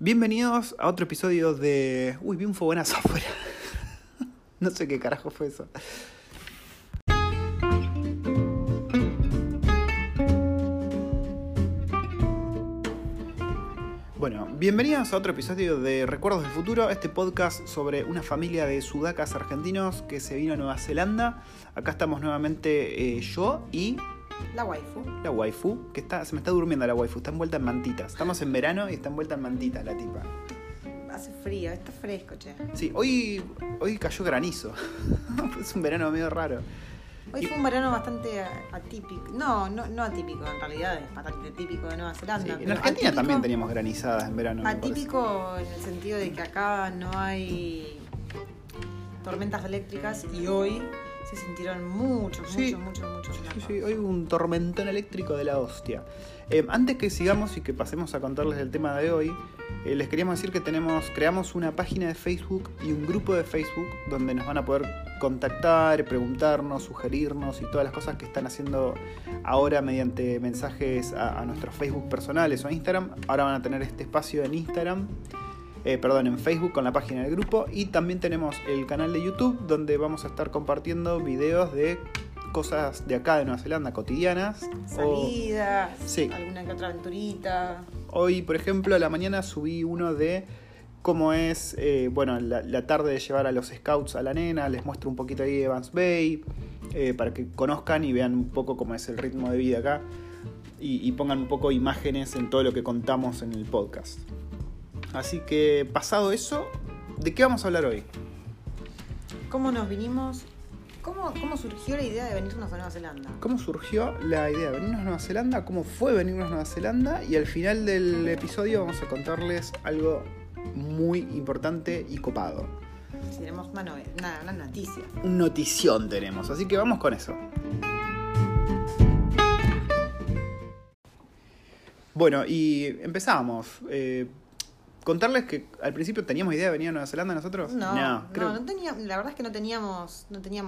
Bienvenidos a otro episodio de... Uy, vi un fogonazo afuera. No sé qué carajo fue eso. Bueno, bienvenidos a otro episodio de Recuerdos del Futuro, este podcast sobre una familia de sudacas argentinos que se vino a Nueva Zelanda. Acá estamos nuevamente yo y... La waifu. La waifu, que se me está durmiendo la waifu, está envuelta en mantitas. Estamos en verano y está envuelta en mantitas la tipa. Hace frío, está fresco, che. Sí, hoy cayó granizo. Es un verano medio raro. Hoy fue un verano bastante atípico. No atípico, en realidad es bastante típico de Nueva Zelanda. Sí, en Argentina atípico, también teníamos granizadas en verano. Atípico en el sentido de que acá no hay tormentas eléctricas y hoy se sintieron muchos. Sí, hoy hubo un tormentón eléctrico de la hostia. Antes que sigamos y que pasemos a contarles el tema de hoy, les queríamos decir que creamos una página de Facebook y un grupo de Facebook donde nos van a poder contactar, preguntarnos, sugerirnos y todas las cosas que están haciendo ahora mediante mensajes a nuestros Facebook personales o a Instagram. Ahora van a tener este espacio en Instagram. En Facebook con la página del grupo, y también tenemos el canal de YouTube donde vamos a estar compartiendo videos de cosas de acá de Nueva Zelanda cotidianas, salidas, sí, alguna que otra aventurita. Hoy, por ejemplo, a la mañana subí uno de cómo es la tarde de llevar a los scouts a la nena. Les muestro un poquito ahí de Evans Bay para que conozcan y vean un poco cómo es el ritmo de vida acá y pongan un poco imágenes en todo lo que contamos en el podcast. Así que, pasado eso, ¿de qué vamos a hablar hoy? ¿Cómo nos vinimos? ¿Cómo surgió la idea de venirnos a Nueva Zelanda? ¿Cómo surgió la idea de venirnos a Nueva Zelanda? ¿Cómo fue venirnos a Nueva Zelanda? Y al final del episodio vamos a contarles algo muy importante y copado. Tenemos una noticia. Un notición tenemos, así que vamos con eso. Bueno, y empezamos. Contarles que al principio teníamos idea de venir a Nueva Zelanda nosotros. No teníamos, la verdad es que no teníamos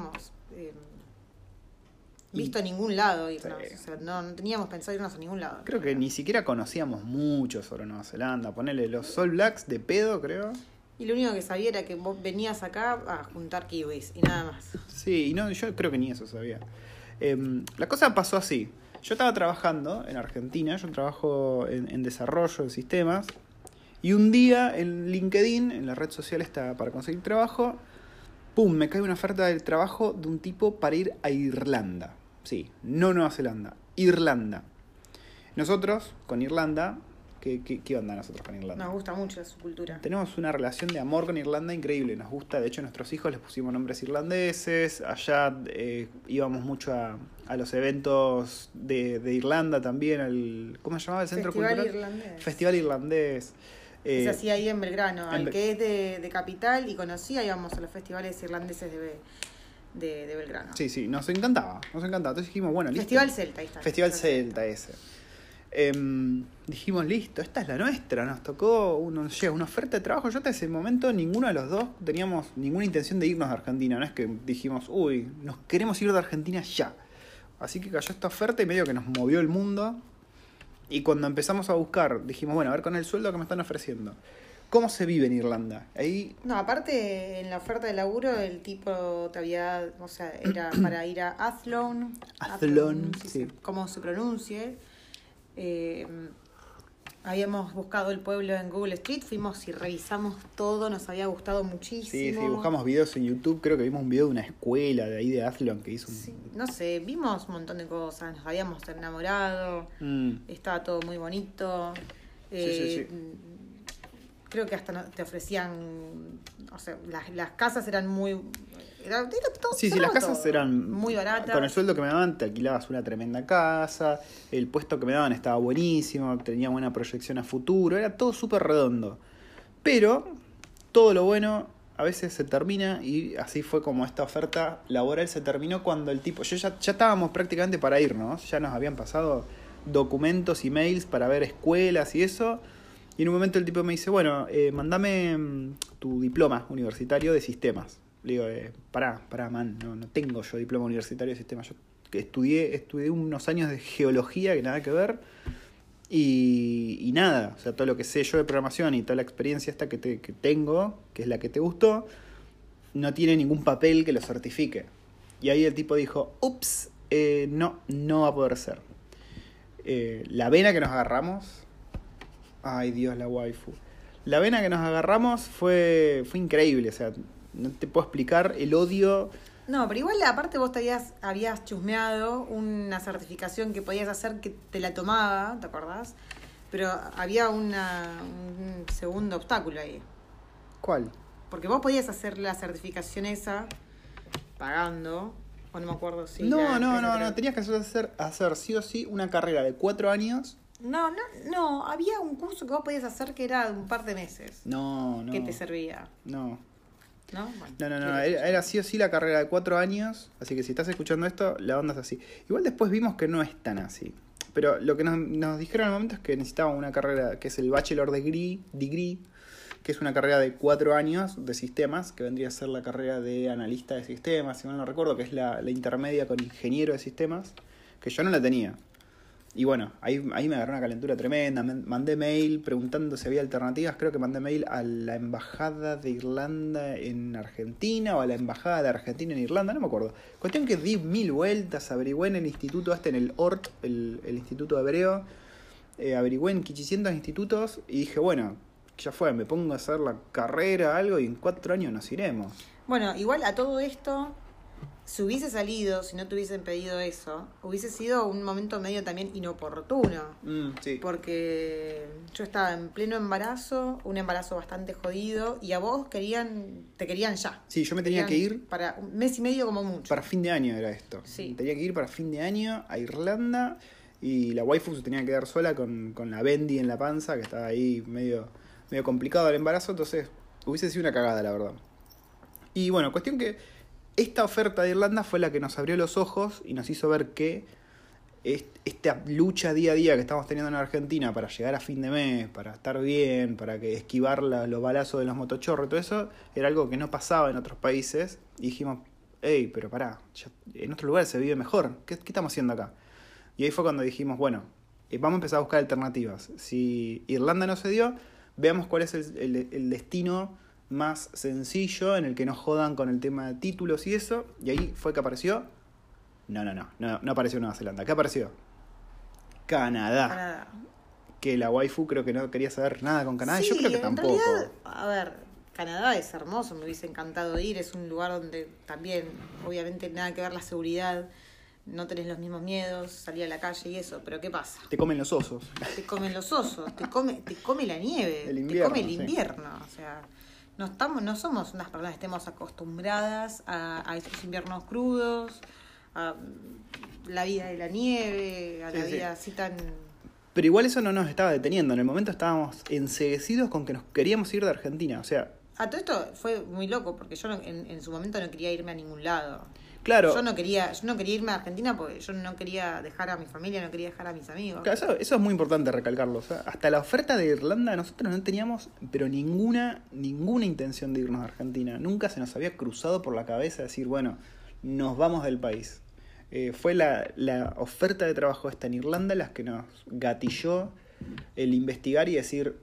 visto a ningún lado irnos. Sí. O sea, no teníamos pensado irnos a ningún lado. Creo que ni siquiera conocíamos mucho sobre Nueva Zelanda. Ponele los All Blacks de pedo, creo. Y lo único que sabía era que vos venías acá a juntar kiwis y nada más. Sí, y no, yo creo que ni eso sabía. La cosa pasó así. Yo estaba trabajando en Argentina, yo trabajo en desarrollo de sistemas. Y un día en LinkedIn, en la red social esta para conseguir trabajo, ¡pum!, me cae una oferta de trabajo de un tipo para ir a Irlanda. Sí, no Nueva Zelanda, Irlanda. Nosotros, con Irlanda, ¿qué onda nosotros con Irlanda? Nos gusta mucho su cultura. Tenemos una relación de amor con Irlanda increíble, nos gusta. De hecho, a nuestros hijos les pusimos nombres irlandeses. Allá íbamos mucho a los eventos de Irlanda también, ¿cómo se llamaba el centro cultural? Festival Irlandés. Se hacía ahí en Belgrano, que es de capital, y íbamos a los festivales irlandeses de Belgrano. Sí, nos encantaba. Entonces dijimos, bueno, listo. Festival Celta, ahí está. Festival Celta ese. Dijimos, listo, esta es la nuestra. Nos tocó una oferta de trabajo. Yo hasta ese momento ninguno de los dos teníamos ninguna intención de irnos de Argentina. No es que dijimos, nos queremos ir de Argentina ya. Así que cayó esta oferta y medio que nos movió el mundo. Y cuando empezamos a buscar, dijimos, bueno, a ver con el sueldo que me están ofreciendo, ¿cómo se vive en Irlanda? Ahí... No, aparte, en la oferta de laburo, el tipo era para ir a Athlone, sí. Como se pronuncie. Habíamos buscado el pueblo en Google Street, fuimos y revisamos todo, nos había gustado muchísimo. Sí, buscamos videos en YouTube, creo que vimos un video de una escuela de ahí de Athlone que hizo Sí, no sé, vimos un montón de cosas, nos habíamos enamorado, estaba todo muy bonito. Sí. Creo que hasta te ofrecían, las casas eran muy... Era todo, sí, las casas eran muy baratas. Con el sueldo que me daban te alquilabas una tremenda casa, el puesto que me daban estaba buenísimo, tenía buena proyección a futuro, era todo súper redondo. Pero todo lo bueno a veces se termina, y así fue como esta oferta laboral se terminó cuando el tipo... Ya estábamos prácticamente para irnos, ya nos habían pasado documentos y mails para ver escuelas y eso, y en un momento el tipo me dice, bueno, mandame tu diploma universitario de sistemas. Le digo, pará, man, no tengo yo diploma universitario de sistemas. Yo estudié unos años de geología que nada que ver, Y nada, o sea, todo lo que sé yo de programación y toda la experiencia esta que tengo, que es la que te gustó, no tiene ningún papel que lo certifique. Y ahí el tipo dijo, ups, no va a poder ser. La vena que nos agarramos, ay Dios, la waifu. La vena que nos agarramos fue increíble, o sea, no te puedo explicar el odio. No, pero igual aparte vos habías chusmeado una certificación que podías hacer que te la tomaba, ¿te acordás? Pero había un segundo obstáculo ahí. ¿Cuál? Porque vos podías hacer la certificación esa pagando, o no me acuerdo si... No, tenías que hacer sí o sí una carrera de 4 años. No, había un curso que vos podías hacer que era de un par de meses. No. Que te servía. No. ¿No? Bueno, No, era sí o sí la carrera de 4 años, así que si estás escuchando esto, la onda es así. Igual después vimos que no es tan así. Pero lo que nos dijeron al momento es que necesitaban una carrera que es el Bachelor Degree, que es una carrera de 4 años de sistemas, que vendría a ser la carrera de analista de sistemas, si mal no recuerdo, que es la intermedia con ingeniero de sistemas, que yo no la tenía. Y bueno, ahí me agarró una calentura tremenda. Mandé mail preguntando si había alternativas. Creo que mandé mail a la embajada de Irlanda en Argentina o a la embajada de Argentina en Irlanda, no me acuerdo. Cuestión que di 1000 vueltas, averigüé en el instituto en el ORT, el instituto hebreo. Averigüé en 500 institutos y dije, bueno, ya fue, me pongo a hacer la carrera, algo, y en 4 años nos iremos. Bueno, igual a todo esto, si hubiese salido, si no te hubiesen pedido eso, hubiese sido un momento medio también inoportuno. Sí. Porque yo estaba en pleno embarazo, un embarazo bastante jodido, y a vos te querían ya. Sí, yo me tenía que ir para un mes y medio como mucho. Para fin de año era esto. Sí. Tenía que ir para fin de año a Irlanda y la waifu se tenía que quedar sola con la Bendy en la panza, que estaba ahí medio complicado el embarazo, entonces hubiese sido una cagada, la verdad. Y bueno, cuestión que esta oferta de Irlanda fue la que nos abrió los ojos y nos hizo ver que esta lucha día a día que estamos teniendo en Argentina para llegar a fin de mes, para estar bien, para que esquivar los balazos de los motochorros, todo eso, era algo que no pasaba en otros países. Y dijimos, hey, pero pará, en otro lugar se vive mejor, ¿qué estamos haciendo acá? Y ahí fue cuando dijimos, bueno, vamos a empezar a buscar alternativas. Si Irlanda no se dio, veamos cuál es el destino más sencillo en el que no jodan con el tema de títulos y eso. Y ahí fue que apareció. No apareció Nueva Zelanda. ¿Qué apareció? Canadá. Que la waifu creo que no quería saber nada con Canadá. Sí, yo creo que tampoco. Realidad, a ver, Canadá es hermoso, me hubiese encantado ir. Es un lugar donde también, obviamente, nada que ver la seguridad. No tenés los mismos miedos, salir a la calle y eso. Pero ¿qué pasa? Te comen los osos. Te comen los osos, te come la nieve, el invierno, te come el invierno. O sea, no somos unas personas que estemos acostumbradas a esos inviernos crudos, a la vida de la nieve, a la vida así tan... Pero igual eso no nos estaba deteniendo. En el momento estábamos enceguecidos con que nos queríamos ir de Argentina. O sea... A todo esto fue muy loco, porque yo en su momento no quería irme a ningún lado. Claro. Yo no quería irme a Argentina porque yo no quería dejar a mi familia, no quería dejar a mis amigos. Claro, eso es muy importante recalcarlo. O sea, hasta la oferta de Irlanda nosotros no teníamos, pero ninguna intención de irnos a Argentina. Nunca se nos había cruzado por la cabeza decir, bueno, nos vamos del país. Fue la oferta de trabajo esta en Irlanda las que nos gatilló el investigar y decir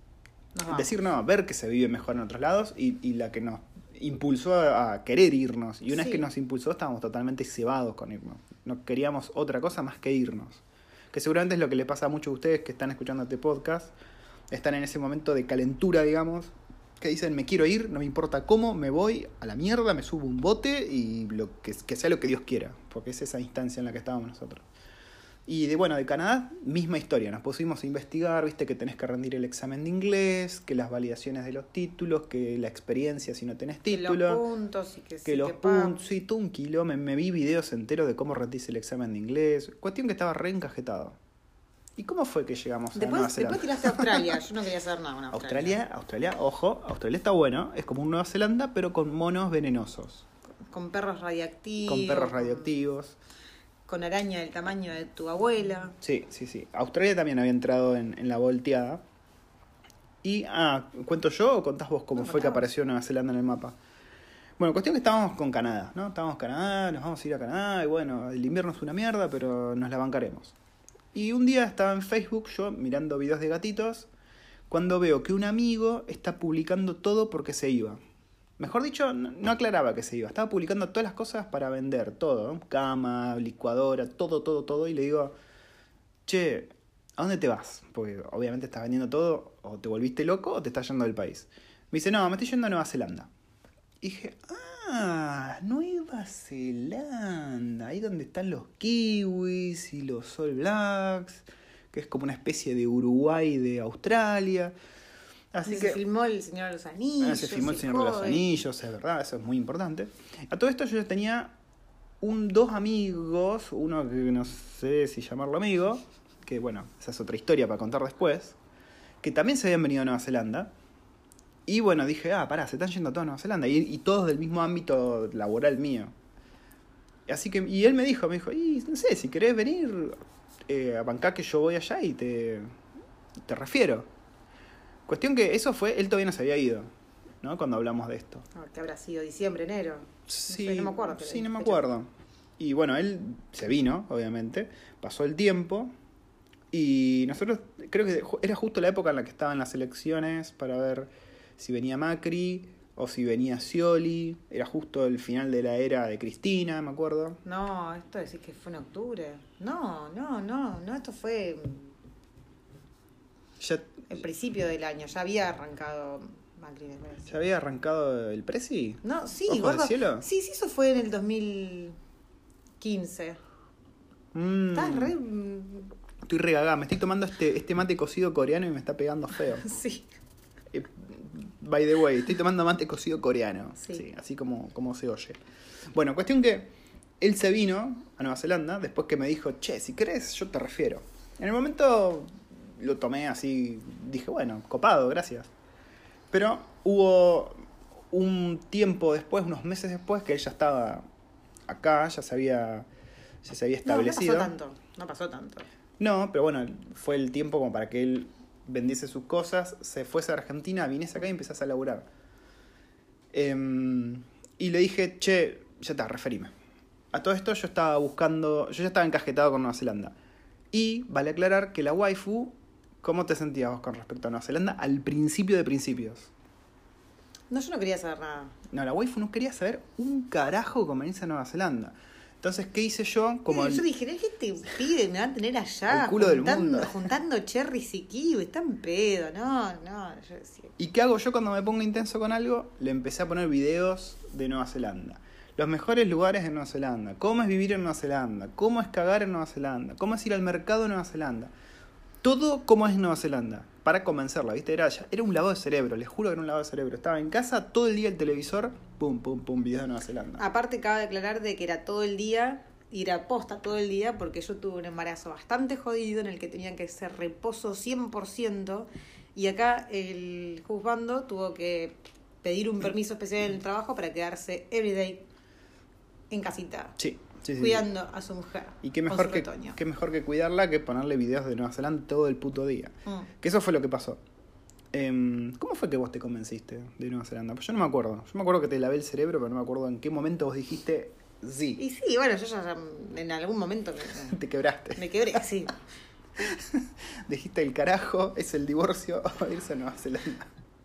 no, ver que se vive mejor en otros lados y la que nos impulsó a querer irnos. Y una vez que nos impulsó estábamos totalmente cebados con irnos. No queríamos otra cosa más que irnos. Que seguramente es lo que le pasa a muchos de ustedes que están escuchando este podcast. Están en ese momento de calentura, digamos, que dicen, me quiero ir, no me importa cómo, me voy a la mierda, me subo un bote y que sea lo que Dios quiera. Porque es esa instancia en la que estábamos nosotros. Y de Canadá, misma historia. Nos pusimos a investigar, viste que tenés que rendir el examen de inglés, que las validaciones de los títulos, que la experiencia si no tenés título. Que los puntos y que los puntos, sí, todo un kilo. Me vi videos enteros de cómo rendís el examen de inglés. Cuestión que estaba re encajetado. ¿Y cómo fue que llegamos a Nueva Zelanda? Después tiraste a Australia, yo no quería saber nada con Australia. Australia, ojo, Australia está bueno, es como un Nueva Zelanda, pero con monos venenosos. Con perros radiactivos. Con araña del tamaño de tu abuela. Sí. Australia también había entrado en la volteada. Y, ¿cuento yo o contás vos cómo fue que apareció Nueva Zelanda en el mapa? Bueno, cuestión que estábamos con Canadá, ¿no? Estábamos en Canadá, nos vamos a ir a Canadá y bueno, el invierno es una mierda, pero nos la bancaremos. Y un día estaba en Facebook yo mirando videos de gatitos cuando veo que un amigo está publicando todo porque se iba. Mejor dicho, no aclaraba que se iba. Estaba publicando todas las cosas para vender, todo, ¿no? Cama, licuadora, todo. Y le digo, che, ¿a dónde te vas? Porque obviamente estás vendiendo todo, o te volviste loco o te estás yendo del país. Me dice, no, me estoy yendo a Nueva Zelanda. Y dije, Nueva Zelanda, ahí donde están los kiwis y los All Blacks, que es como una especie de Uruguay de Australia. Así que se filmó El Señor de los Anillos. se filmó El Señor de los Anillos, es verdad, eso es muy importante. A todo esto yo ya tenía dos amigos, uno que no sé si llamarlo amigo, que bueno, esa es otra historia para contar después, que también se habían venido a Nueva Zelanda. Y bueno, dije, pará, se están yendo a toda Nueva Zelanda, y todos del mismo ámbito laboral mío. Así que, y él me dijo, y no sé, si querés venir, a bancar que yo voy allá y te refiero. Cuestión que eso fue, él todavía no se había ido, ¿no? Cuando hablamos de esto. ¿Qué habrá sido? ¿Diciembre, enero? Sí, no sé, no me acuerdo. Sí, no me acuerdo. Y bueno, él se vino, obviamente, pasó el tiempo y nosotros, creo que era justo la época en la que estaban las elecciones para ver si venía Macri o si venía Scioli. Era justo el final de la era de Cristina, me acuerdo. No, esto decís que fue en octubre. No, esto fue Ya, el principio del año, ya había arrancado Macri, me parece. ¿ya había arrancado el Presi? No, sí, ¿Ojos del cielo? Sí, eso fue en el 2015. Estás re... Estoy regagada, me estoy tomando este mate cocido coreano y me está pegando feo. Sí. By the way, estoy tomando mate cocido coreano. Sí. Así como se oye. Bueno, cuestión que él se vino a Nueva Zelanda después que me dijo, che, si querés, yo te refiero. En el momento lo tomé así, dije, bueno, copado, gracias. Pero hubo un tiempo después, unos meses después, que él ya estaba acá, ya se había establecido. No pasó tanto. No, pero bueno, fue el tiempo como para que él vendiese sus cosas, se fuese a Argentina, viniese acá y empezase a laburar. Y le dije, che, ya está, referime. A todo esto yo ya estaba encajetado con Nueva Zelanda. Y vale aclarar que la waifu, ¿cómo te sentías vos con respecto a Nueva Zelanda al principio de principios? No, yo no quería saber nada. No, la waifu no quería saber un carajo con venirse a Nueva Zelanda. Entonces, ¿qué hice yo? Yo dije, ¿no es que este pibe me va a tener allá? El culo del mundo. Juntando cherries y kiwi, está en pedo, no, yo decía. ¿Y qué hago yo cuando me pongo intenso con algo? Le empecé a poner videos de Nueva Zelanda. Los mejores lugares en Nueva Zelanda. Cómo es vivir en Nueva Zelanda. Cómo es cagar en Nueva Zelanda. Cómo es ir al mercado en Nueva Zelanda. Todo cómo es Nueva Zelanda. Para convencerla, ¿viste? Era un lavado de cerebro, les juro que era un lavado de cerebro. Estaba en casa todo el día el televisor, pum, videos de Nueva Zelanda. Aparte, cabe declarar de que era todo el día, ir a posta todo el día, porque yo tuve un embarazo bastante jodido en el que tenía que hacer reposo 100%. Y acá el juzgando tuvo que pedir un permiso especial en el trabajo para quedarse everyday en casita. Sí. Cuidando a su mujer. Y qué mejor que cuidarla que ponerle videos de Nueva Zelanda todo el puto día. Que eso fue lo que pasó. ¿Cómo fue que vos te convenciste de Nueva Zelanda? Pues yo no me acuerdo. Yo me acuerdo que te lavé el cerebro, pero no me acuerdo en qué momento vos dijiste sí. Y sí, bueno, yo ya en algún momento te quebraste. Me quebré, sí. Dijiste el carajo, es el divorcio o irse a Nueva Zelanda.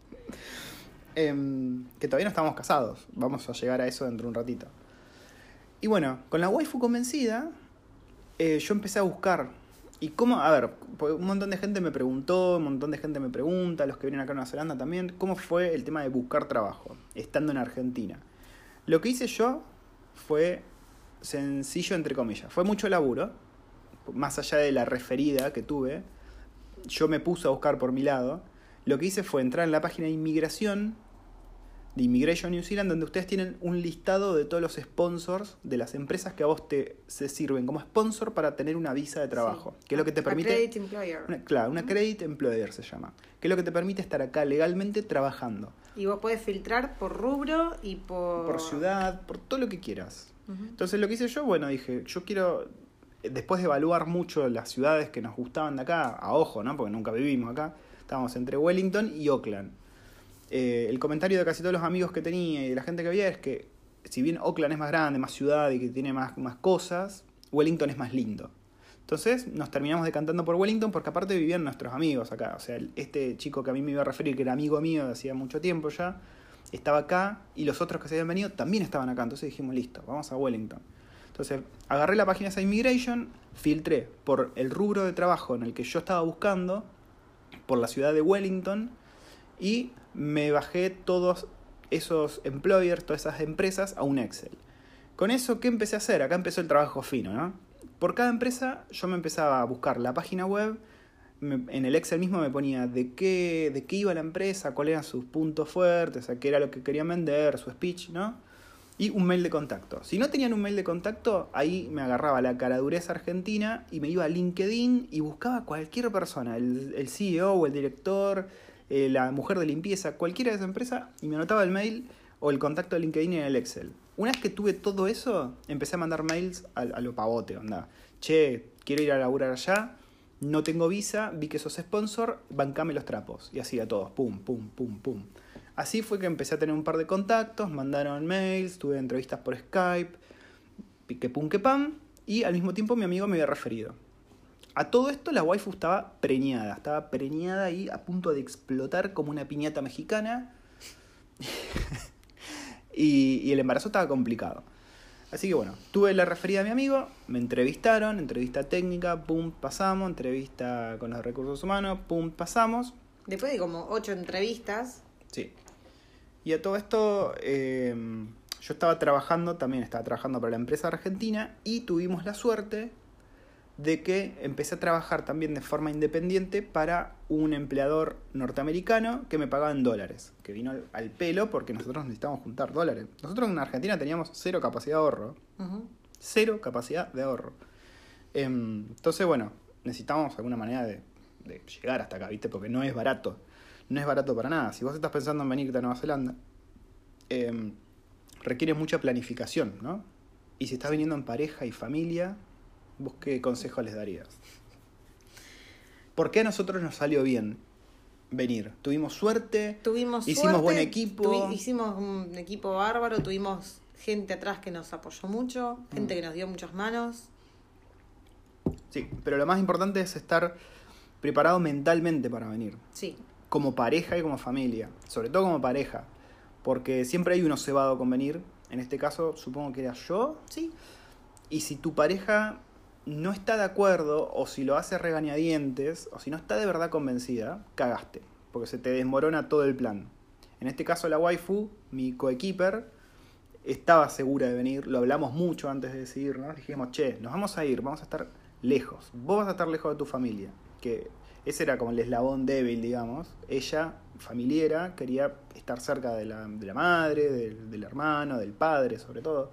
Que todavía no estamos casados. Vamos a llegar a eso dentro de un ratito. Y bueno, con la waifu convencida, yo empecé a buscar. Y cómo, a ver, un montón de gente me preguntó, un montón de gente me pregunta, los que vienen acá a Nueva Zelanda también, ¿cómo fue el tema de buscar trabajo, estando en Argentina? Lo que hice yo fue sencillo, entre comillas. Fue mucho laburo, más allá de la referida que tuve. Yo me puse a buscar por mi lado. Lo que hice fue entrar en la página de inmigración de Immigration New Zealand, donde ustedes tienen un listado de todos los sponsors de las empresas que a vos se sirven como sponsor para tener una visa de trabajo. Sí. Que es lo que te permite... Accredited Employer. Una Accredited Employer se llama. Que es lo que te permite estar acá legalmente trabajando. Y vos podés filtrar por rubro y por ciudad, por todo lo que quieras. Entonces lo que hice yo, bueno, dije, yo quiero... Después de evaluar mucho las ciudades que nos gustaban de acá, a ojo, ¿no? Porque nunca vivimos acá. Estábamos entre Wellington y Auckland. El comentario de casi todos los amigos que tenía y de la gente que había es que si bien Auckland es más grande, más ciudad y que tiene más cosas, Wellington es más lindo. Entonces nos terminamos decantando por Wellington porque aparte vivían nuestros amigos acá. O sea, este chico que a mí me iba a referir, que era amigo mío de hacía mucho tiempo ya, estaba acá y los otros que se habían venido también estaban acá. Entonces dijimos, listo, vamos a Wellington. Entonces agarré la página esa Immigration, filtré por el rubro de trabajo en el que yo estaba buscando, por la ciudad de Wellington, y me bajé todos esos employers, todas esas empresas a un Excel. Con eso, ¿qué empecé a hacer? Acá empezó el trabajo fino, ¿no? Por cada empresa yo me empezaba a buscar la página web, en el Excel mismo me ponía de qué iba la empresa, cuáles eran sus puntos fuertes, o sea, qué era lo que querían vender, su speech, ¿no? Y un mail de contacto. Si no tenían un mail de contacto, ahí me agarraba la caradureza argentina y me iba a LinkedIn y buscaba a cualquier persona, el CEO o el director, la mujer de limpieza, cualquiera de esa empresa, y me anotaba el mail o el contacto de LinkedIn en el Excel. Una vez que tuve todo eso, empecé a mandar mails a lo pavote, onda. Che, quiero ir a laburar allá, no tengo visa, vi que sos sponsor, bancame los trapos. Y así a todos, pum, pum, pum, pum. Así fue que empecé a tener un par de contactos, mandaron mails, tuve entrevistas por Skype, que pum, que pam, y al mismo tiempo mi amigo me había referido. A todo esto la waifu estaba preñada y a punto de explotar como una piñata mexicana. y el embarazo estaba complicado. Así que bueno, tuve la referida de mi amigo, me entrevistaron, entrevista técnica, pum, pasamos, entrevista con los recursos humanos, pum, pasamos. Después de como 8 entrevistas. Sí. Y a todo esto, yo estaba trabajando para la empresa argentina y tuvimos la suerte de que empecé a trabajar también de forma independiente para un empleador norteamericano que me pagaba en dólares, que vino al pelo porque nosotros necesitábamos juntar dólares. Nosotros en Argentina teníamos cero capacidad de ahorro. Uh-huh. Cero capacidad de ahorro. Entonces, bueno, necesitamos alguna manera de llegar hasta acá, ¿viste? Porque no es barato. No es barato para nada. Si vos estás pensando en venirte a Nueva Zelanda, requiere mucha planificación, ¿no? Y si estás viniendo en pareja y familia, ¿vos qué consejo les darías? ¿Por qué a nosotros nos salió bien venir? Tuvimos suerte, hicimos buen equipo. Hicimos un equipo bárbaro, tuvimos gente atrás que nos apoyó mucho, gente que nos dio muchas manos. Sí, pero lo más importante es estar preparado mentalmente para venir. Sí. Como pareja y como familia. Sobre todo como pareja. Porque siempre hay uno cebado con venir. En este caso, supongo que era yo. Sí. Y si tu pareja no está de acuerdo, o si lo hace regañadientes, o si no está de verdad convencida, cagaste. Porque se te desmorona todo el plan. En este caso la waifu, mi coequiper, estaba segura de venir. Lo hablamos mucho antes de decidirnos. Dijimos, che, nos vamos a ir, vamos a estar lejos. Vos vas a estar lejos de tu familia. Que ese era como el eslabón débil, digamos. Ella, familiera, quería estar cerca de la madre, del hermano, del padre, sobre todo.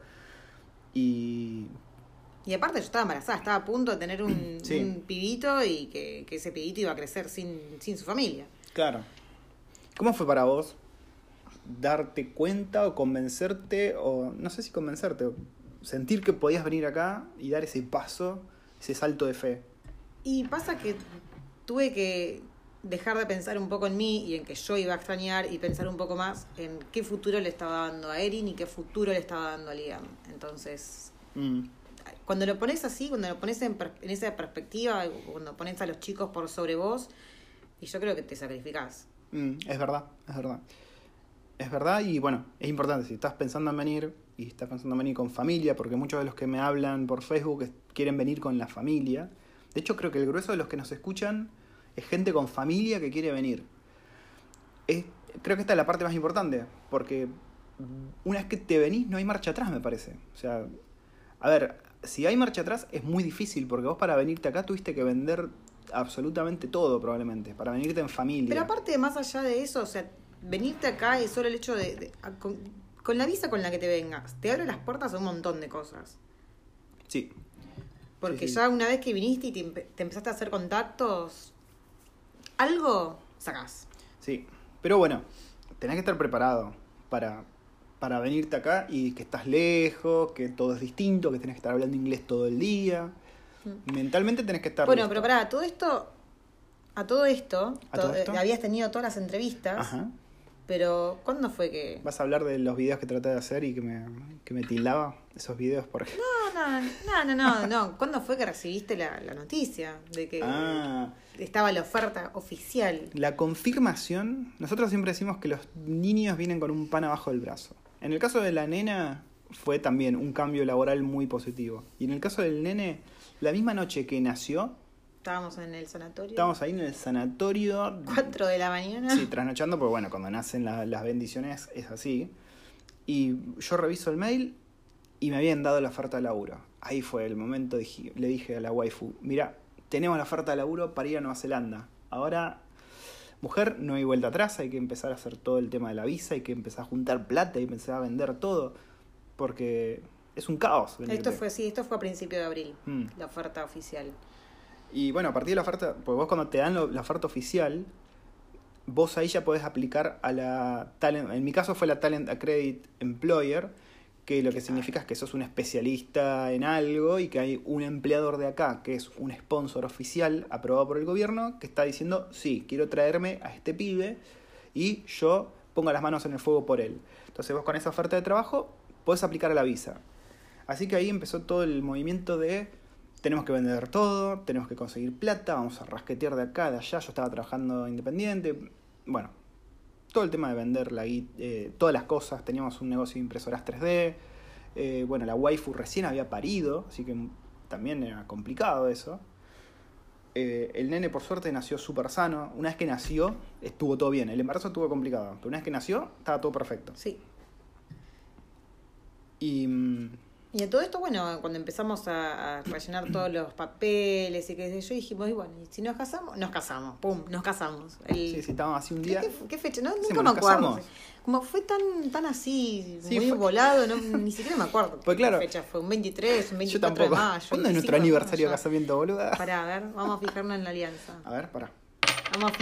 Y aparte yo estaba embarazada, estaba a punto de tener un pibito y que ese pibito iba a crecer sin su familia. Claro. ¿Cómo fue para vos darte cuenta o convencerte, o no sé si convencerte, o sentir que podías venir acá y dar ese paso, ese salto de fe? Y pasa que tuve que dejar de pensar un poco en mí y en que yo iba a extrañar y pensar un poco más en qué futuro le estaba dando a Erin y qué futuro le estaba dando a Liam. Entonces, cuando lo pones así, cuando lo pones en esa perspectiva, cuando pones a los chicos por sobre vos, y yo creo que te sacrificás. Es verdad. Es verdad y bueno, es importante. Si estás pensando en venir y estás pensando en venir con familia, porque muchos de los que me hablan por Facebook quieren venir con la familia. De hecho, creo que el grueso de los que nos escuchan es gente con familia que quiere venir. Creo que esta es la parte más importante, porque una vez que te venís no hay marcha atrás, me parece. O sea, a ver, si hay marcha atrás es muy difícil, porque vos para venirte acá tuviste que vender absolutamente todo probablemente, para venirte en familia. Pero aparte, más allá de eso, o sea, venirte acá es solo el hecho con la visa con la que te vengas, te abre las puertas a un montón de cosas. Sí. Porque sí. Ya una vez que viniste y te empezaste a hacer contactos, algo sacás. Sí, pero bueno, tenés que estar preparado para venirte acá y que estás lejos, que todo es distinto, que tenés que estar hablando inglés todo el día. Mentalmente tenés que estar bueno, listo. Pero pará, a todo esto habías tenido todas las entrevistas. Ajá. Pero, ¿cuándo fue que...? ¿Vas a hablar de los videos que traté de hacer y que me tildaba? Esos videos, por ejemplo. No. ¿Cuándo fue que recibiste la noticia de que estaba la oferta oficial? La confirmación, nosotros siempre decimos que los niños vienen con un pan abajo del brazo. En el caso de la nena fue también un cambio laboral muy positivo. Y en el caso del nene, la misma noche que nació... Estábamos en el sanatorio. Estábamos ahí en el sanatorio. 4 de la mañana. Sí, trasnochando, porque bueno, cuando nacen las bendiciones es así. Y yo reviso el mail y me habían dado la oferta de laburo. Ahí fue el momento, le dije a la waifu, mira, tenemos la oferta de laburo para ir a Nueva Zelanda. Ahora, mujer, no hay vuelta atrás, hay que empezar a hacer todo el tema de la visa, hay que empezar a juntar plata y empezar a vender todo, porque es un caos. Esto fue a principios de abril, la oferta oficial. Y bueno, a partir de la oferta, pues vos cuando te dan la oferta oficial, vos ahí ya podés aplicar a la Talent, en mi caso fue la Talent Accredited Employer, que lo que significa es que sos un especialista en algo y que hay un empleador de acá, que es un sponsor oficial aprobado por el gobierno, que está diciendo, sí, quiero traerme a este pibe y yo pongo las manos en el fuego por él. Entonces vos con esa oferta de trabajo podés aplicar a la visa. Así que ahí empezó todo el movimiento de... Tenemos que vender todo, tenemos que conseguir plata, vamos a rasquetear de acá, de allá. Yo estaba trabajando independiente. Bueno, todo el tema de vender todas las cosas. Teníamos un negocio de impresoras 3D. Bueno, la waifu recién había parido, así que también era complicado eso. El nene, por suerte, nació súper sano. Una vez que nació, estuvo todo bien. El embarazo estuvo complicado, pero una vez que nació, estaba todo perfecto. Sí. Y a todo esto, bueno, cuando empezamos a rellenar todos los papeles y qué sé yo, dijimos, y bueno, si nos casamos, pum, nos casamos. Sí, estábamos así un día. ¿Qué fecha? No, nunca me acuerdo. Como fue tan así, sí, muy volado, ni siquiera me acuerdo pues claro, qué fecha fue, un 23, un 24 yo tampoco. de mayo. ¿Cuándo es nuestro aniversario de casamiento, boluda? Pará, a ver, vamos a fijarnos en la alianza. A ver, pará. Vamos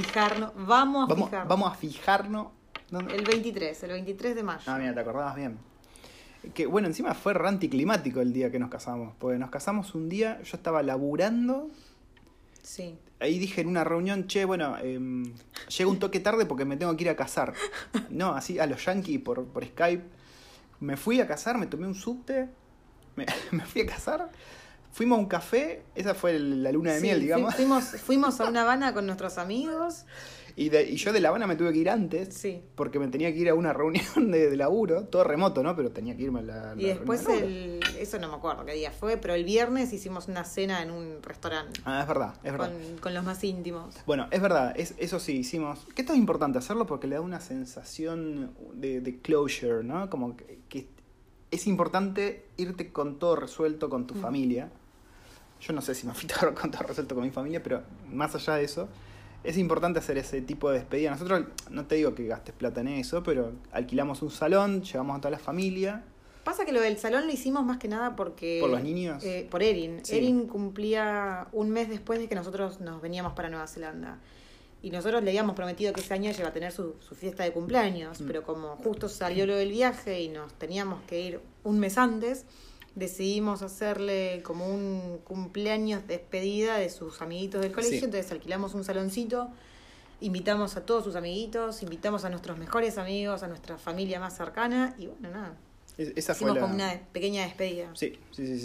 a fijarnos. ¿Dónde? El 23 de mayo. Ah, mira, te acordabas bien. Que bueno, encima fue re anticlimático el día que nos casamos. Porque nos casamos un día, yo estaba laburando. Sí. Ahí dije en una reunión, che, bueno, llego un toque tarde porque me tengo que ir a casar. No, así a los yankees por Skype. Me fui a casar, me tomé un subte, me fui a casar, fuimos a un café, esa fue la luna de miel, digamos. Fuimos a una Habana con nuestros amigos. Y yo de La Habana me tuve que ir antes, sí, porque me tenía que ir a una reunión de laburo, todo remoto, ¿no? Pero tenía que irme a la y después eso no me acuerdo qué día fue, pero el viernes hicimos una cena en un restaurante. Ah, es verdad. Con los más íntimos. Bueno, es verdad, eso sí hicimos. Que esto es importante hacerlo porque le da una sensación de closure, ¿no? Como que es importante irte con todo resuelto con tu familia. Yo no sé si me fui con todo resuelto con mi familia, pero más allá de eso... Es importante hacer ese tipo de despedida. Nosotros, no te digo que gastes plata en eso, pero alquilamos un salón, llevamos a toda la familia. Pasa que lo del salón lo hicimos más que nada porque... ¿Por los niños? Por Erin. Sí. Erin cumplía un mes después de que nosotros nos veníamos para Nueva Zelanda. Y nosotros le habíamos prometido que ese año ella iba a tener su fiesta de cumpleaños. Pero como justo salió lo del viaje y nos teníamos que ir un mes antes... Decidimos hacerle como un cumpleaños despedida de sus amiguitos del colegio, sí. Entonces alquilamos un saloncito, invitamos a todos sus amiguitos, invitamos a nuestros mejores amigos, a nuestra familia más cercana y bueno, nada. Esa hicimos fue como una pequeña despedida. Sí.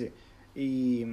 Y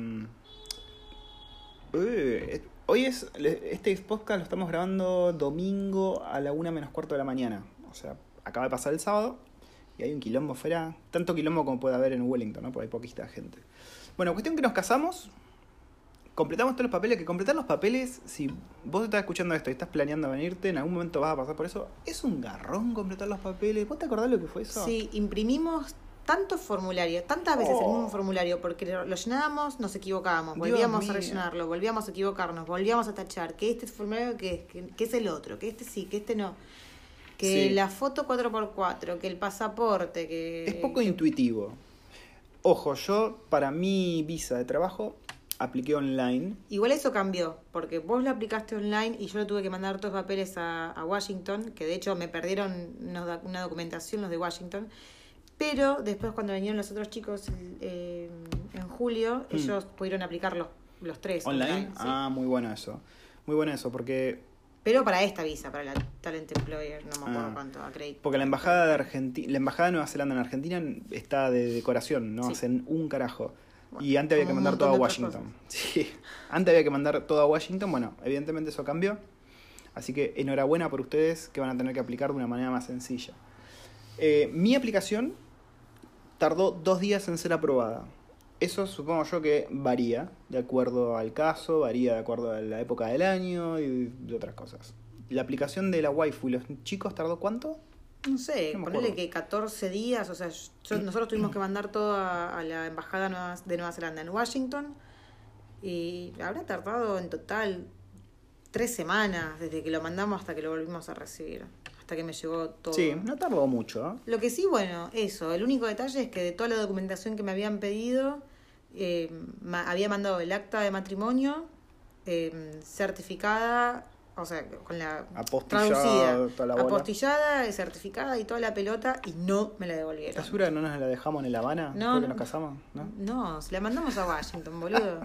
hoy este podcast lo estamos grabando domingo a la 1:45 de la mañana. O sea, acaba de pasar el sábado. Y hay un quilombo fuera, tanto quilombo como puede haber en Wellington, ¿no? Porque hay poquita gente. Bueno, cuestión que nos casamos, completamos todos los papeles. Que completar los papeles, si vos estás escuchando esto y estás planeando venirte, en algún momento vas a pasar por eso. Es un garrón completar los papeles. ¿Vos te acordás lo que fue eso? Sí, imprimimos tantos formularios, tantas veces el mismo formulario, porque lo llenábamos, nos equivocábamos, volvíamos a rellenarlo, volvíamos a equivocarnos, volvíamos a tachar, que este formulario que es el otro, que este sí, que este no. Que sí. La foto 4x4, que el pasaporte, que... Es poco intuitivo. Ojo, yo para mi visa de trabajo apliqué online. Igual eso cambió, porque vos lo aplicaste online y yo lo tuve que mandar todos los papeles a Washington, que de hecho me perdieron una documentación los de Washington. Pero después cuando vinieron los otros chicos en julio, ellos pudieron aplicar los tres. ¿Online? Sí. Ah, muy bueno eso. Muy bueno eso, porque... Pero para esta visa, para la Talent Employer, no me acuerdo cuánto acredita. Porque la embajada la embajada de Nueva Zelanda en Argentina está de decoración, no hacen un carajo. Bueno, y antes había que mandar todo a Washington. Sí, antes había que mandar todo a Washington. Bueno, evidentemente eso cambió. Así que enhorabuena por ustedes que van a tener que aplicar de una manera más sencilla. Mi aplicación tardó 2 días en ser aprobada. Eso supongo yo que varía de acuerdo al caso, varía de acuerdo a la época del año y de otras cosas. La aplicación de la waifu y los chicos tardó ¿cuánto? No sé, ponerle que 14 días, o sea, nosotros tuvimos que mandar todo a la embajada de Nueva Zelanda en Washington y habrá tardado en total 3 semanas desde que lo mandamos hasta que lo volvimos a recibir, hasta que me llegó todo. Sí, no tardó mucho, ¿eh? Lo que sí, bueno, eso, el único detalle es que de toda la documentación que me habían pedido, había mandado el acta de matrimonio certificada, o sea, con la traducida, apostillada, certificada y toda la pelota, y no me la devolvieron. ¿Estás segura que no nos la dejamos en La Habana? No, ¿Porque nos casamos? No, se la mandamos a Washington, boludo.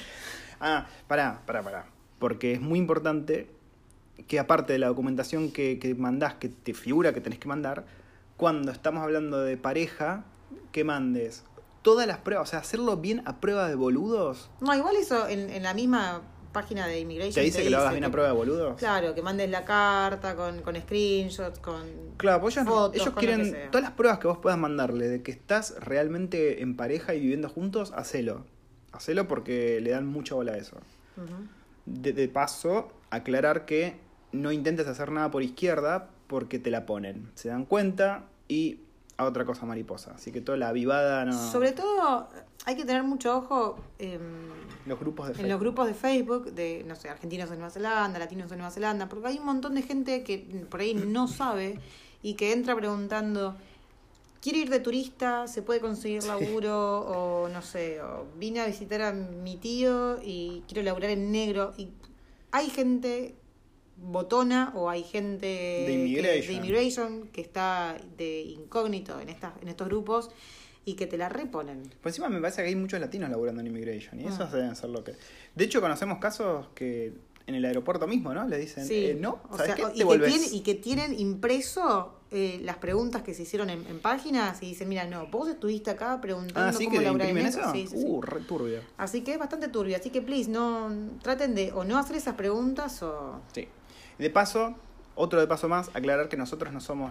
Pará. Porque es muy importante que aparte de la documentación que mandás, que te figura que tenés que mandar, cuando estamos hablando de pareja, que mandes todas las pruebas, o sea, hacerlo bien a prueba de boludos. No, igual eso en la misma página de Immigration ¿Te dice que lo hagas bien a prueba de boludos? Claro, que mandes la carta con screenshots, con claro, pues ellos quieren todas las pruebas que vos puedas mandarle de que estás realmente en pareja y viviendo juntos, hacelo porque le dan mucha bola a eso. Uh-huh. De paso, aclarar que no intentes hacer nada por izquierda porque te la ponen, se dan cuenta y a otra cosa mariposa. Así que toda la avivada no... Sobre todo hay que tener mucho ojo los grupos de en los grupos de Facebook de, no sé, argentinos de Nueva Zelanda, latinos de Nueva Zelanda, porque hay un montón de gente que por ahí no sabe y que entra preguntando, ¿quiere ir de turista? ¿Se puede conseguir laburo? O no sé, o vine a visitar a mi tío y quiero laburar en negro. Y hay gente botona o hay gente de immigration que está de incógnito en estos grupos y que te la reponen. Pues encima me parece que hay muchos latinos laburando en immigration y eso deben ser lo que... De hecho conocemos casos que en el aeropuerto mismo, ¿no? Le dicen, no, ¿sabes qué? Te volvés. Y que tienen impreso las preguntas que se hicieron en páginas y dicen, mira, no, vos estuviste acá preguntando cómo laburar en eso. Sí. Re turbio. Así que es bastante turbio. Así que, please, no traten de o no hacer esas preguntas o... Sí. De paso, más, aclarar que nosotros no somos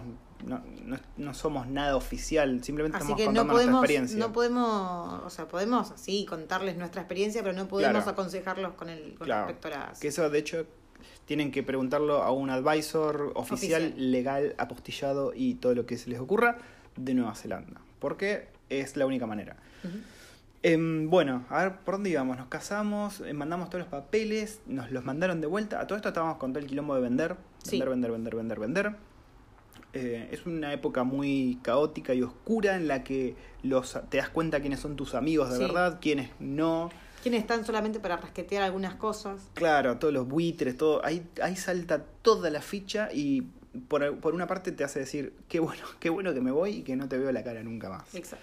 nada oficial, simplemente estamos contando nuestra experiencia. No podemos, o sea, podemos así contarles nuestra experiencia, pero no podemos aconsejarlos con respecto a las... Que eso, de hecho, tienen que preguntarlo a un advisor oficial, legal, apostillado y todo lo que se les ocurra de Nueva Zelanda, porque es la única manera. Uh-huh. Bueno, a ver, ¿por dónde íbamos? Nos casamos, mandamos todos los papeles, nos los mandaron de vuelta. A todo esto estábamos con todo el quilombo de vender. Vender. Es una época muy caótica y oscura en la que te das cuenta quiénes son tus amigos de verdad, quiénes no. Quiénes están solamente para rasquetear algunas cosas. Claro, todos los buitres, todo. Ahí salta toda la ficha y por una parte te hace decir, qué bueno que me voy y que no te veo la cara nunca más. Exacto.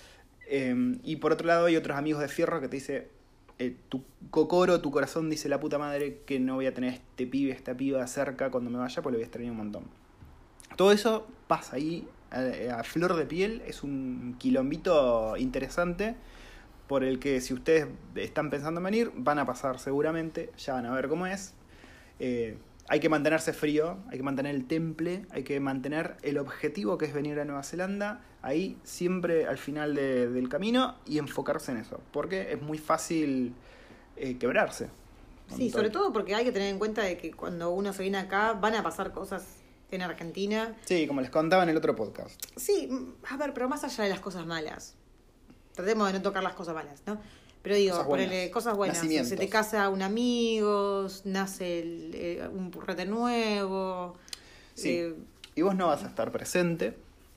Y por otro lado hay otros amigos de fierro que te dice tu cocoro, tu corazón dice la puta madre que no voy a tener esta piba cerca cuando me vaya, pues le voy a extrañar un montón. Todo eso pasa ahí a flor de piel, es un quilombito interesante por el que si ustedes están pensando en venir, van a pasar seguramente, ya van a ver cómo es. Hay que mantenerse frío, hay que mantener el temple, hay que mantener el objetivo que es venir a Nueva Zelanda ahí siempre al final del camino y enfocarse en eso, porque es muy fácil quebrarse. Sí, sobre todo porque hay que tener en cuenta de que cuando uno se viene acá van a pasar cosas en Argentina. Sí, como les contaba en el otro podcast. Sí, a ver, pero más allá de las cosas malas, tratemos de no tocar las cosas malas, ¿no? Pero digo, ponele cosas buenas. Se te casa un amigo, nace un purrete nuevo. Sí. Y vos no vas a estar presente.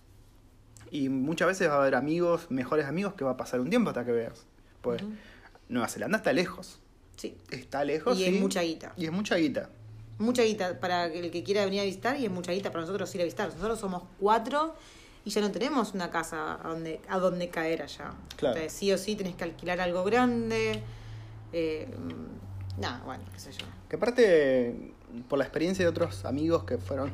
Y muchas veces va a haber mejores amigos, que va a pasar un tiempo hasta que veas. Pues Nueva Zelanda está lejos. Sí. Está lejos. Y es mucha guita. Y es mucha guita. Mucha guita para el que quiera venir a visitar y es mucha guita para nosotros ir a visitar. Nosotros somos 4 y ya no tenemos una casa a donde caer allá. Claro. Entonces, sí o sí tenés que alquilar algo grande. Bueno, qué sé yo. Que aparte, por la experiencia de otros amigos que fueron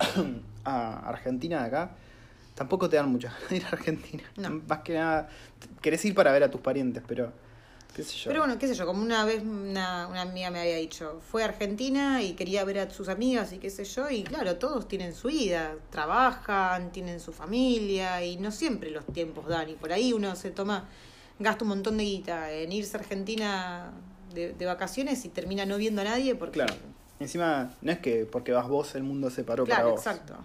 a Argentina de acá, tampoco te dan mucho ir a Argentina. No. Más que nada, querés ir para ver a tus parientes, pero qué sé yo. Pero bueno, qué sé yo, como una vez una amiga me había dicho, fue a Argentina y quería ver a sus amigas y qué sé yo, y claro, todos tienen su vida, trabajan, tienen su familia y no siempre los tiempos dan, y por ahí uno gasta un montón de guita en irse a Argentina de vacaciones y termina no viendo a nadie porque... Claro, encima no es que porque vas vos el mundo se paró Claro, para vos. exacto.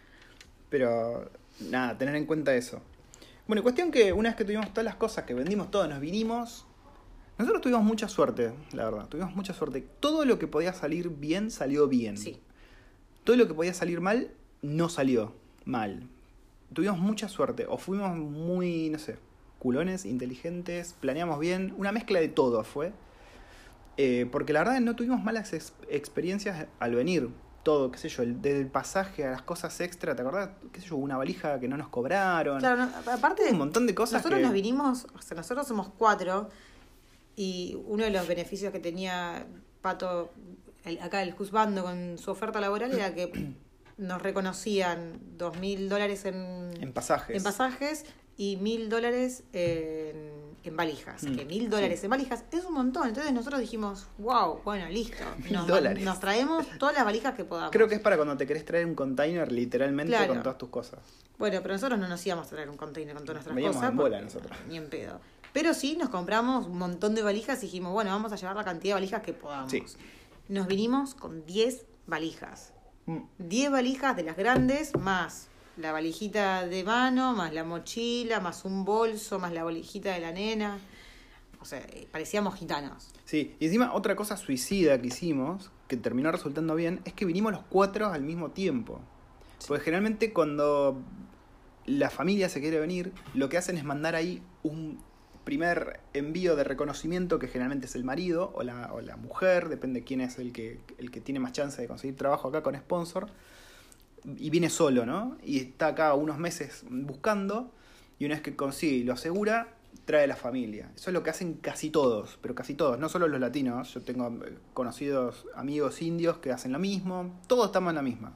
Pero nada, tener en cuenta eso. Bueno, cuestión que una vez que tuvimos todas las cosas, que vendimos todo, nos vinimos. Nosotros tuvimos mucha suerte, la verdad. Tuvimos mucha suerte. Todo lo que podía salir bien, salió bien. Sí. Todo lo que podía salir mal, no salió mal. Tuvimos mucha suerte. O fuimos muy, no sé, culones, inteligentes, planeamos bien. Una mezcla de todo fue. Porque la verdad no tuvimos malas experiencias al venir. Todo, qué sé yo, desde el pasaje a las cosas extra, ¿te acordás? Qué sé yo, una valija que no nos cobraron. Claro, aparte de un montón de cosas. Nosotros nos vinimos, o sea, nosotros somos 4 y uno de los beneficios que tenía Pato, acá el juzgando con su oferta laboral era que nos reconocían $2.000 en pasajes y $1.000 en valijas. Que $1.000 en valijas es un montón. Entonces nosotros dijimos, wow, bueno, listo. Nos traemos todas las valijas que podamos. Creo que es para cuando te querés traer un container literalmente Claro. con todas tus cosas. Bueno, pero nosotros no nos íbamos a traer un container con todas nuestras Veníamos cosas. en bola porque- nosotros. Ni en pedo. Pero sí, nos compramos un montón de valijas y dijimos, bueno, vamos a llevar la cantidad de valijas que podamos. Sí. Nos vinimos con 10 valijas. Mm. 10 valijas de las grandes, más la valijita de mano, más la mochila, más un bolso, más la valijita de la nena. O sea, parecíamos gitanos. Sí, y encima otra cosa suicida que hicimos, que terminó resultando bien, es que vinimos los 4 al mismo tiempo. Sí. Porque generalmente cuando la familia se quiere venir, lo que hacen es mandar ahí un primer envío de reconocimiento, que generalmente es el marido o la mujer, depende quién es el que tiene más chance de conseguir trabajo acá con sponsor, y viene solo, ¿no? Y está acá unos meses buscando, y una vez que consigue y lo asegura, trae a la familia. Eso es lo que hacen casi todos, pero casi todos, no solo los latinos. Yo tengo conocidos amigos indios que hacen lo mismo, todos estamos en la misma.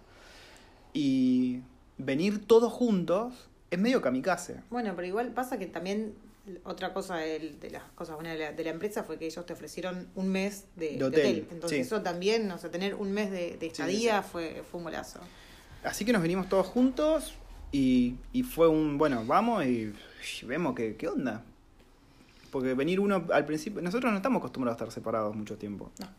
Y venir todos juntos es medio kamikaze. Bueno, pero igual pasa que también otra cosa de las cosas buenas de la empresa fue que ellos te ofrecieron un mes de hotel. Entonces sí. eso también, o sea, tener un mes de estadía Sí. Fue un golazo. Así que nos vinimos todos juntos y fue un, bueno, vamos y vemos qué onda. Porque venir uno al principio, nosotros no estamos acostumbrados a estar separados mucho tiempo. No.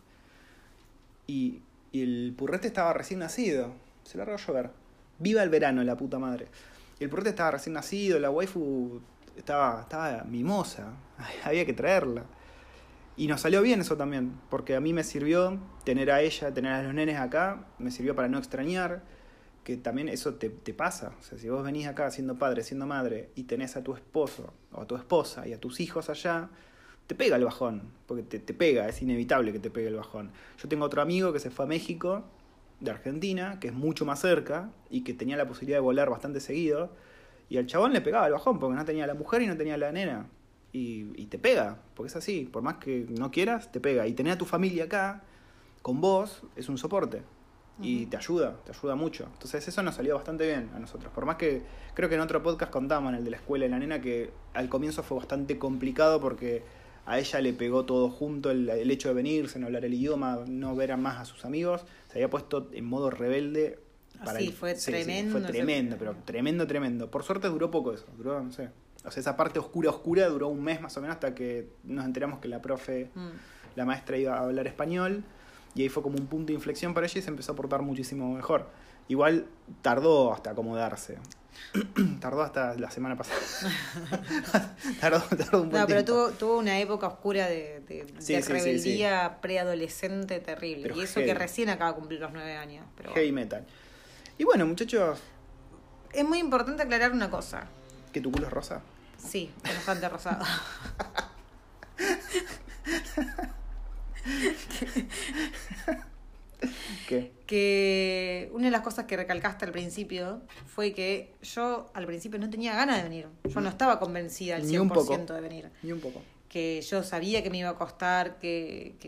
Y el purrete estaba recién nacido, se largó a llover. Viva el verano, la puta madre. Y el purrete estaba recién nacido, la waifu estaba mimosa, había que traerla. Y nos salió bien eso también, porque a mí me sirvió tener a ella, tener a los nenes acá, me sirvió para no extrañar, que también eso te pasa. O sea, si vos venís acá siendo padre, siendo madre, y tenés a tu esposo o a tu esposa y a tus hijos allá, te pega el bajón, porque te pega, es inevitable que te pegue el bajón. Yo tengo otro amigo que se fue a México, de Argentina, que es mucho más cerca, y que tenía la posibilidad de volar bastante seguido, y al chabón le pegaba el bajón, porque no tenía a la mujer y no tenía a la nena. Y te pega, porque es así, por más que no quieras, te pega. Y tener a tu familia acá, con vos, es un soporte. Y te ayuda mucho. Entonces eso nos salió bastante bien a nosotros. Por más que creo que en otro podcast contamos, en el de la escuela de la nena, que al comienzo fue bastante complicado porque a ella le pegó todo junto, el hecho de venirse, no hablar el idioma, no ver a más a sus amigos. Se había puesto en modo rebelde. Fue tremendo. Fue tremendo, pero tremendo. Por suerte duró poco eso, duró, no sé. O sea, esa parte oscura duró un mes más o menos hasta que nos enteramos que la profe, la maestra iba a hablar español. Y ahí fue como un punto de inflexión para ella y se empezó a portar muchísimo mejor. Igual tardó hasta acomodarse. Tardó hasta la semana pasada. tardó un buen No, pero tiempo. tuvo una época oscura de rebeldía preadolescente terrible. Pero y eso heavy. que recién acaba de cumplir los 9 años. Pero Heavy metal. Y bueno, muchachos, es muy importante aclarar una cosa. ¿que tu culo es rosa? Sí, es bastante rosado. ¿Qué? Que una de las cosas que recalcaste al principio fue que yo al principio no tenía ganas de venir. Yo no estaba convencida al Ni un poco. 100% de venir. Ni un poco. Que yo sabía que me iba a costar, que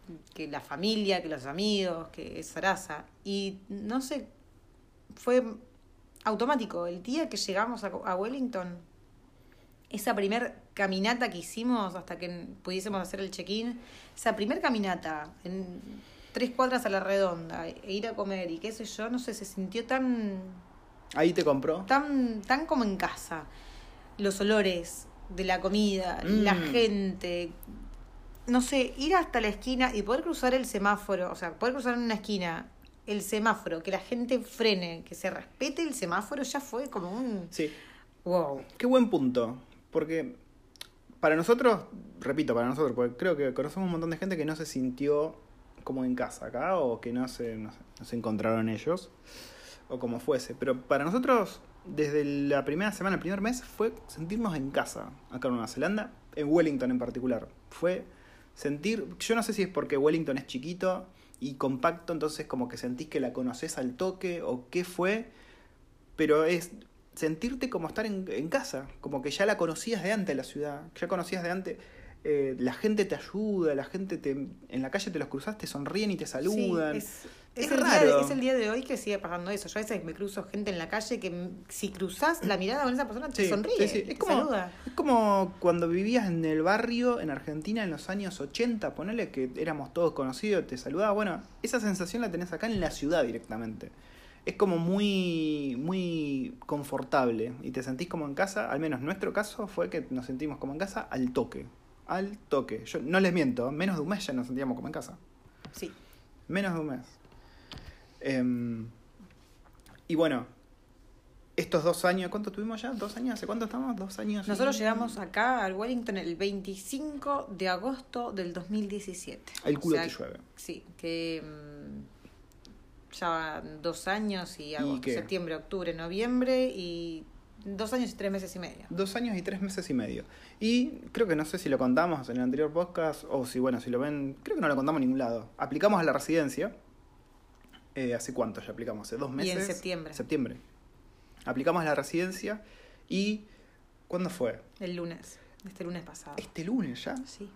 que la familia, que los amigos, que es Sarasa. Y no sé, fue automático. El día que llegamos a Wellington, esa primer caminata que hicimos hasta que pudiésemos hacer el check-in, esa primer caminata en 3 cuadras a la redonda e ir a comer y qué sé yo, no sé, se sintió tan... ¿Ahí te compró? Tan como en casa. Los olores de la comida, la gente, no sé, ir hasta la esquina y poder cruzar el semáforo, o sea, poder cruzar en una esquina el semáforo, que la gente frene, que se respete el semáforo, ya fue como un... Sí. Wow. Qué buen punto, porque para nosotros, repito, para nosotros, porque creo que conocemos un montón de gente que no se sintió como en casa acá, o que no se encontraron ellos, o como fuese, pero para nosotros... Desde la primera semana, el primer mes, fue sentirnos en casa acá en Nueva Zelanda, en Wellington en particular. Fue sentir, yo no sé si es porque Wellington es chiquito y compacto, entonces como que sentís que la conoces al toque o qué fue, pero es sentirte como estar en casa, como que ya la conocías de antes la ciudad, ya conocías de antes, la gente te ayuda, la gente en la calle te los cruzás, te sonríen y te saludan. Sí, es raro. Es el día de hoy que sigue pasando eso. Yo a veces me cruzo gente en la calle que si cruzás la mirada con esa persona te sonríe, sí. te saluda. Es como cuando vivías en el barrio en Argentina en los años 80, ponele que éramos todos conocidos, te saludaba. Bueno, esa sensación la tenés acá en la ciudad directamente. Es como muy, muy confortable y te sentís como en casa. Al menos nuestro caso fue que nos sentimos como en casa al toque. Al toque. Yo no les miento, menos de un mes ya nos sentíamos como en casa. Sí. Menos de un mes. Y bueno, estos 2 años, ¿cuánto tuvimos ya? ¿2 años? ¿Hace cuánto estamos? 2 años. Nosotros llegamos acá al Wellington el 25 de agosto del 2017. El culo te llueve. Sí, que ya 2 años y agosto, septiembre, octubre, noviembre y 2 años y 3 meses y medio. 2 años y 3 meses y medio. Y creo que no sé si lo contamos en el anterior podcast o si lo ven, creo que no lo contamos en ningún lado. Aplicamos a la residencia. ¿Hace cuánto ya aplicamos? ¿Hace 2 meses? Y en septiembre. Septiembre. Aplicamos a la residencia y... ¿Cuándo fue? El lunes. Este lunes pasado. ¿Este lunes ya? Sí.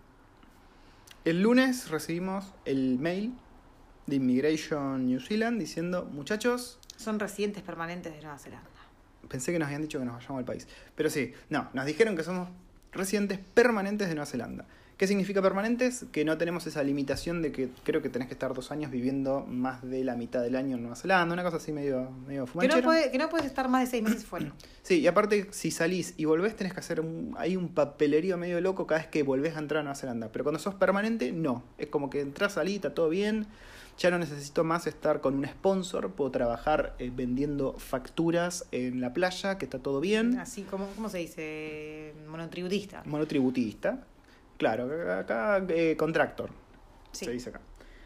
El lunes recibimos el mail de Immigration New Zealand diciendo, muchachos... Son residentes permanentes de Nueva Zelanda. Pensé que nos habían dicho que nos vayamos al país. Pero sí, no, nos dijeron que somos residentes permanentes de Nueva Zelanda. ¿Qué significa permanentes? Que no tenemos esa limitación de que creo que tenés que estar 2 años viviendo más de la mitad del año en Nueva Zelanda, una cosa así medio fumanchera. Que no puedes estar más de 6 meses fuera. Sí, y aparte si salís y volvés tenés que hacer hay un papelerío medio loco cada vez que volvés a entrar a Nueva Zelanda. Pero cuando sos permanente, no. Es como que entrás, salís, está todo bien. Ya no necesito más estar con un sponsor, puedo trabajar vendiendo facturas en la playa, que está todo bien. Así como, ¿cómo se dice? Monotributista. Monotributista. Claro, acá contractor, sí. Se dice acá.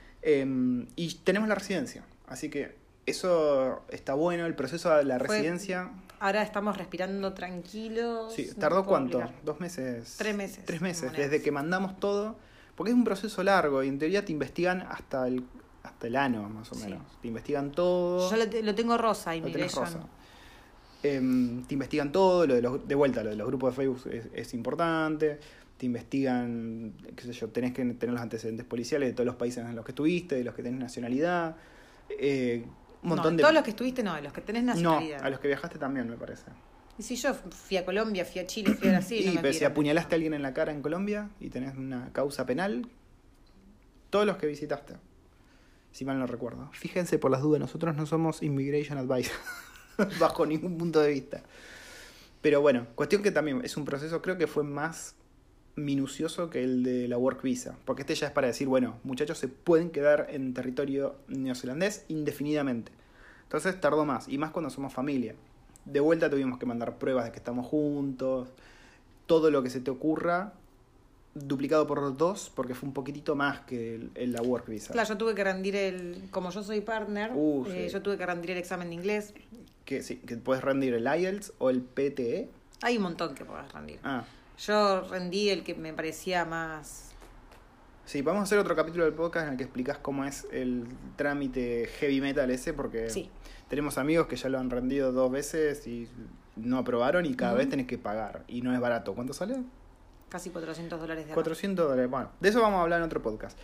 Y tenemos la residencia, así que eso está bueno, el proceso de la residencia. Ahora estamos respirando tranquilos. Sí, ¿tardó cuánto? 2 meses. 3 meses. 3 meses, desde que mandamos todo, porque es un proceso largo y en teoría te investigan hasta el ano, más o menos. Te investigan todo. Yo lo tengo rosa, Immigration. Rosa. Te investigan todo, de los grupos de Facebook es importante. Te investigan, qué sé yo, tenés que tener los antecedentes policiales de todos los países en los que estuviste, de los que tenés nacionalidad. Un montón de todos los que estuviste no, de los que tenés nacionalidad. No, a los que viajaste también, me parece. Y si yo fui a Colombia, fui a Chile, fui a Brasil... pero si apuñalaste a alguien en la cara en Colombia y tenés una causa penal, todos los que visitaste, si mal no recuerdo. Fíjense, por las dudas, nosotros no somos Immigration Advice, bajo ningún punto de vista. Pero bueno, cuestión que también es un proceso, creo que fue más minucioso que el de la Work Visa, porque este ya es para decir, bueno, muchachos se pueden quedar en territorio neozelandés indefinidamente. Entonces tardó más, y más cuando somos familia. De vuelta tuvimos que mandar pruebas de que estamos juntos, todo lo que se te ocurra, duplicado por 2, porque fue un poquitito más que la Work Visa. Claro, yo tuve que rendir como yo soy partner, sí. Yo tuve que rendir el examen de inglés. Que sí, que puedes rendir el IELTS o el PTE. Hay un montón que puedes rendir. Ah. Yo rendí el que me parecía más... Sí, vamos a hacer otro capítulo del podcast en el que explicás cómo es el trámite heavy metal ese, porque sí. Tenemos amigos que ya lo han rendido 2 veces y no aprobaron y cada vez tenés que pagar. Y no es barato. ¿Cuánto sale? Casi $400 de acá. $400. Bueno, de eso vamos a hablar en otro podcast.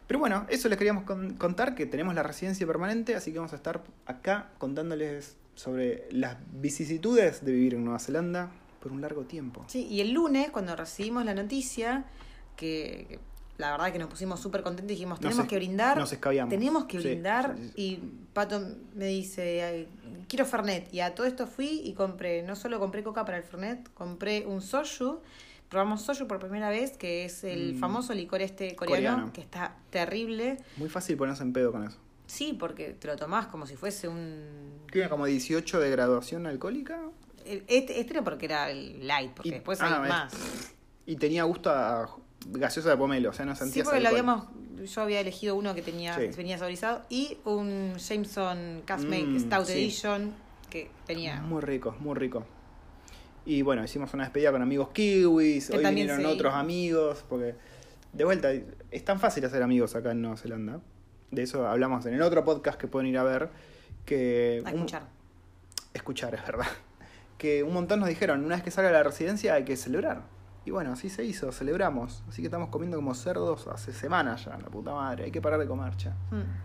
Pero bueno, eso les queríamos contar, que tenemos la residencia permanente, así que vamos a estar acá contándoles sobre las vicisitudes de vivir en Nueva Zelanda por un largo tiempo. Sí, y el lunes, cuando recibimos la noticia, que la verdad que nos pusimos súper contentos y dijimos, tenemos que brindar. Nos escabiamos. Tenemos que Sí, brindar. sí. Y Pato me dice, "Ay, quiero Fernet". Y a todo esto fui y compré, no solo compré coca para el Fernet, compré un soju. Probamos soju por primera vez, que es el famoso licor coreano, que está terrible. Muy fácil ponerse en pedo con eso. Sí, porque te lo tomás como si fuese un... ¿Tiene como 18 de graduación alcohólica? Este era porque era el light, porque después hay más. Y tenía gusto a gaseosa de pomelo, o sea, no Sí, sentías porque alcohol. yo había elegido uno que venía saborizado, y un Jameson Caskmaker Stout sí. Edition que tenía... Muy rico, muy rico. Y bueno, hicimos una despedida con amigos kiwis, Que hoy también vinieron otros amigos, porque de vuelta, es tan fácil hacer amigos acá en Nueva Zelanda. De eso hablamos en el otro podcast que pueden ir a ver. A escuchar. Escuchar, es verdad. Que un montón nos dijeron, una vez que salga la residencia hay que celebrar. Y bueno, así se hizo, celebramos. Así que estamos comiendo como cerdos hace semanas ya, la puta madre. Hay que parar de comer ya.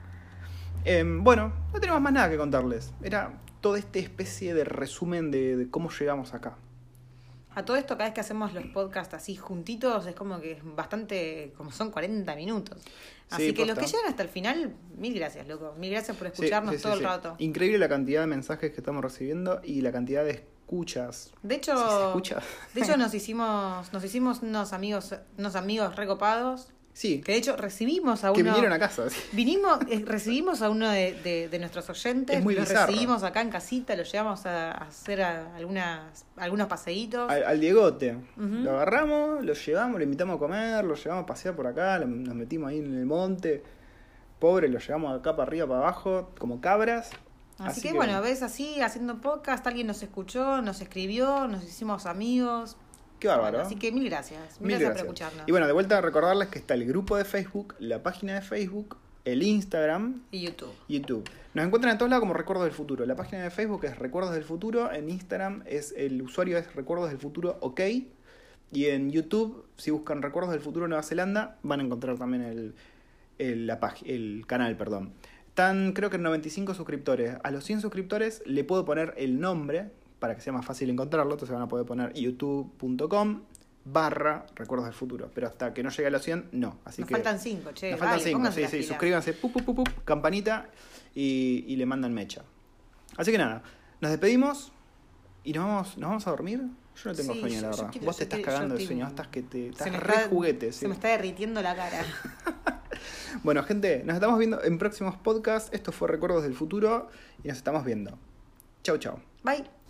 Bueno, no tenemos más nada que contarles. Era toda esta especie de resumen de cómo llegamos acá. A todo esto, cada vez que hacemos los podcasts así juntitos, es como que es bastante, como son 40 minutos. Así Sí, que los posta. que llegan hasta el final, mil gracias, loco. Mil gracias por escucharnos todo el rato. Increíble la cantidad de mensajes que estamos recibiendo y la cantidad de escuchas. De hecho, ¿Sí se escucha? de hecho nos hicimos unos amigos recopados. Sí, Que de hecho recibimos a que uno. vinieron a casa. Sí. Recibimos a uno de nuestros oyentes, Es muy los bizarro. recibimos acá en casita, lo llevamos a hacer algunos paseitos. Al Diegote. Ujú. Lo agarramos, lo llevamos, lo invitamos a comer, lo llevamos a pasear por acá, nos metimos ahí en el monte. Pobre, lo llevamos acá para arriba, para abajo, como cabras. Así que bueno, ves, así haciendo podcast, alguien nos escuchó, nos escribió, nos hicimos amigos. Qué bárbaro. Bueno, así que mil gracias. Mil gracias por escucharnos. Y bueno, de vuelta a recordarles que está el grupo de Facebook, la página de Facebook, el Instagram, Y YouTube. YouTube. Nos encuentran en todos lados como Recuerdos del Futuro. La página de Facebook es Recuerdos del Futuro, en Instagram el usuario es Recuerdos del Futuro OK, y en YouTube, si buscan Recuerdos del Futuro Nueva Zelanda, van a encontrar también el canal, perdón. Están creo que en 95 suscriptores. A los 100 suscriptores le puedo poner el nombre para que sea más fácil encontrarlo. Entonces van a poder poner youtube.com/Recuerdos del Futuro. Pero hasta que no llegue a los 100, no. Así Nos que faltan 5, che. nos faltan dale, 5, pónganse sí, las sí. pilas. Suscríbanse, campanita y le mandan mecha. Así que nada, nos despedimos y nos vamos a dormir. Yo no tengo Sí, sueño, la yo verdad. quiero- Vos te yo estás quiero- cagando yo de estoy- sueño, estás Se me re juguete. Sí. Se me está derritiendo la cara. Bueno, gente, nos estamos viendo en próximos podcasts. Esto fue Recuerdos del Futuro y nos estamos viendo. Chau, chau. Bye.